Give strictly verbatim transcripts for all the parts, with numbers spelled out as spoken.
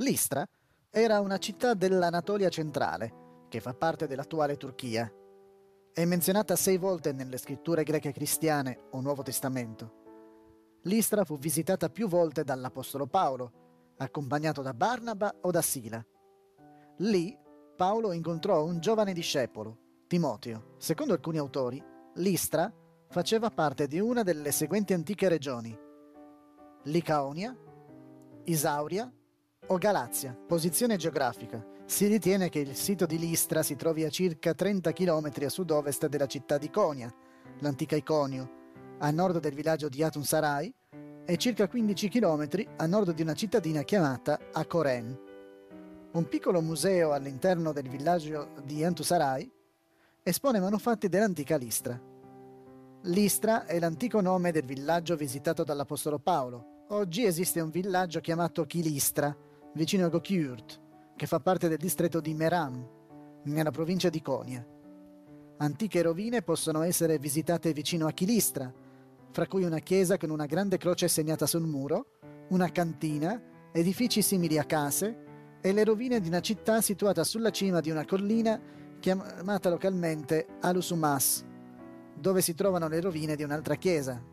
Listra era una città dell'Anatolia centrale, che fa parte dell'attuale Turchia. È menzionata sei volte nelle scritture greche cristiane o Nuovo Testamento. Listra fu visitata più volte dall'Apostolo Paolo, accompagnato da Barnaba o da Sila. Lì Paolo incontrò un giovane discepolo, Timoteo. Secondo alcuni autori, Listra faceva parte di una delle seguenti antiche regioni: Licaonia, Isauria o Galazia. Posizione geografica. Si ritiene che il sito di Listra si trovi a circa trenta chilometri a sud-ovest della città di Konya, l'antica Iconio, a nord del villaggio di Hatun Saray, e circa quindici chilometri a nord di una cittadina chiamata Akoren. Un piccolo museo all'interno del villaggio di Hatun Saray espone manufatti dell'antica Listra. Listra è l'antico nome del villaggio visitato dall'Apostolo Paolo. Oggi esiste un villaggio chiamato Kilistra, vicino a Gokyurt, che fa parte del distretto di Meran, nella provincia di Konya. Antiche rovine possono essere visitate vicino a Kilistra, fra cui una chiesa con una grande croce segnata sul muro, una cantina, edifici simili a case e le rovine di una città situata sulla cima di una collina chiamata localmente Alusumas, dove si trovano le rovine di un'altra chiesa.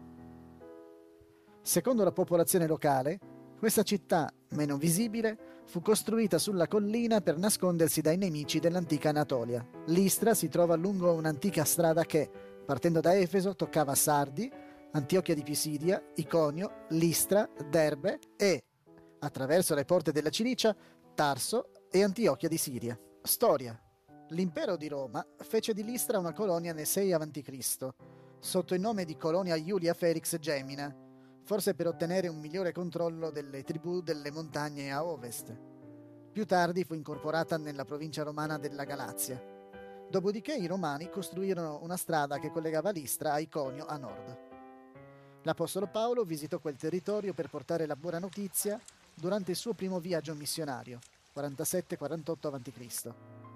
Secondo la popolazione locale, questa città, meno visibile, fu costruita sulla collina per nascondersi dai nemici dell'antica Anatolia. Listra si trova lungo un'antica strada che, partendo da Efeso, toccava Sardi, Antiochia di Pisidia, Iconio, Listra, Derbe e, attraverso le porte della Cilicia, Tarso e Antiochia di Siria. Storia. L'impero di Roma fece di Listra una colonia nel sei avanti Cristo, sotto il nome di Colonia Iulia Felix Gemina, forse per ottenere un migliore controllo delle tribù delle montagne a ovest. Più tardi fu incorporata nella provincia romana della Galazia. Dopodiché i Romani costruirono una strada che collegava Listra a Iconio a nord. L'Apostolo Paolo visitò quel territorio per portare la buona notizia durante il suo primo viaggio missionario, quarantasette quarantotto avanti Cristo.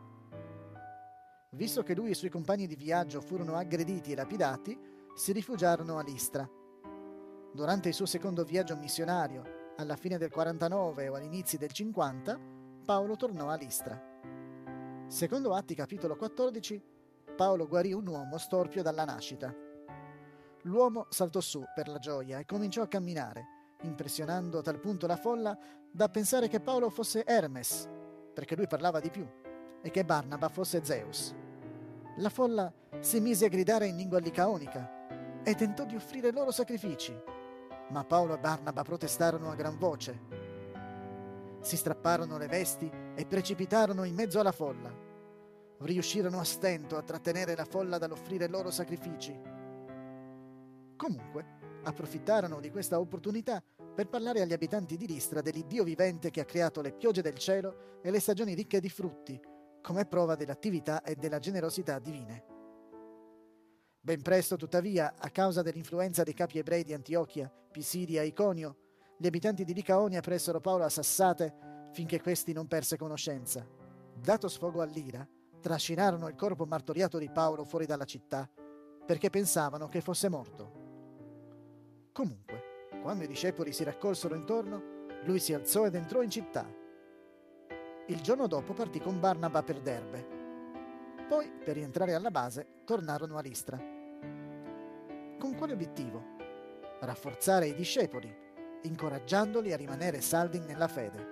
Visto che lui e i suoi compagni di viaggio furono aggrediti e lapidati, si rifugiarono a Listra. Durante il suo secondo viaggio missionario, alla fine del quarantanove o all'inizio del cinquanta, Paolo tornò a Listra. Secondo Atti capitolo quattordici, Paolo guarì un uomo storpio dalla nascita. L'uomo saltò su per la gioia e cominciò a camminare, impressionando a tal punto la folla da pensare che Paolo fosse Hermes, perché lui parlava di più, e che Barnaba fosse Zeus. La folla si mise a gridare in lingua licaonica e tentò di offrire loro sacrifici, ma Paolo e Barnaba protestarono a gran voce. Si strapparono le vesti e precipitarono in mezzo alla folla. Riuscirono a stento a trattenere la folla dall'offrire loro sacrifici. Comunque, approfittarono di questa opportunità per parlare agli abitanti di Listra dell'Iddio vivente che ha creato le piogge del cielo e le stagioni ricche di frutti, come prova dell'attività e della generosità divine. Ben presto, tuttavia, a causa dell'influenza dei capi ebrei di Antiochia, Pisidia e Iconio, gli abitanti di Licaonia pressero Paolo a sassate finché questi non perse conoscenza. Dato sfogo all'ira, trascinarono il corpo martoriato di Paolo fuori dalla città perché pensavano che fosse morto. Comunque, quando i discepoli si raccolsero intorno, lui si alzò ed entrò in città. Il giorno dopo partì con Barnaba per Derbe. Poi, per rientrare alla base, tornarono a Listra. Con quale obiettivo? Rafforzare i discepoli, incoraggiandoli a rimanere saldi nella fede.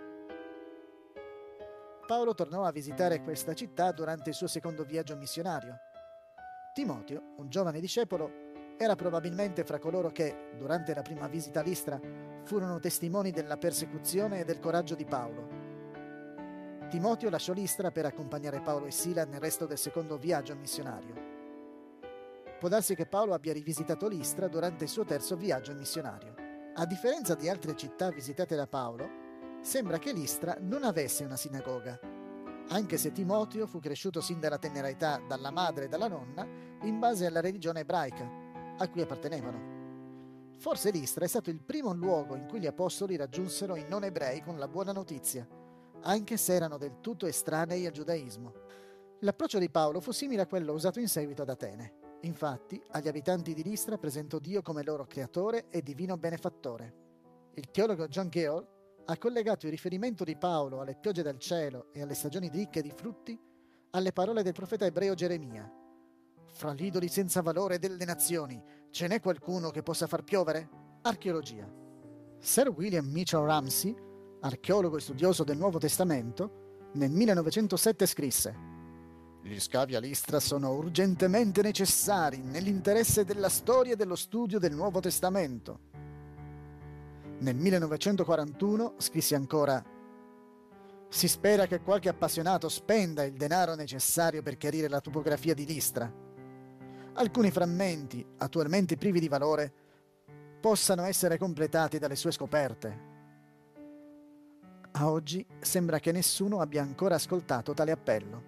Paolo tornò a visitare questa città durante il suo secondo viaggio missionario. Timoteo, un giovane discepolo, era probabilmente fra coloro che, durante la prima visita a Listra, furono testimoni della persecuzione e del coraggio di Paolo. Timoteo lasciò Listra per accompagnare Paolo e Sila nel resto del secondo viaggio missionario. Può darsi che Paolo abbia rivisitato Listra durante il suo terzo viaggio missionario. A differenza di altre città visitate da Paolo, sembra che Listra non avesse una sinagoga, anche se Timoteo fu cresciuto sin dalla tenera età dalla madre e dalla nonna in base alla religione ebraica a cui appartenevano. Forse Listra è stato il primo luogo in cui gli apostoli raggiunsero i non ebrei con la buona notizia, anche se erano del tutto estranei al giudaismo. L'approccio di Paolo fu simile a quello usato in seguito ad Atene. Infatti, agli abitanti di Listra presentò Dio come loro creatore e divino benefattore. Il teologo John Gale ha collegato il riferimento di Paolo alle piogge del cielo e alle stagioni ricche di frutti alle parole del profeta ebreo Geremia. Fra gli idoli senza valore delle nazioni, ce n'è qualcuno che possa far piovere? Archeologia. Sir William Mitchell Ramsay, archeologo e studioso del Nuovo Testamento, nel millenovecentosette scrisse: «Gli scavi a Listra sono urgentemente necessari nell'interesse della storia e dello studio del Nuovo Testamento». Nel millenovecentoquarantuno scrisse ancora: «Si spera che qualche appassionato spenda il denaro necessario per chiarire la topografia di Listra. Alcuni frammenti, attualmente privi di valore, possano essere completati dalle sue scoperte». A oggi sembra che nessuno abbia ancora ascoltato tale appello.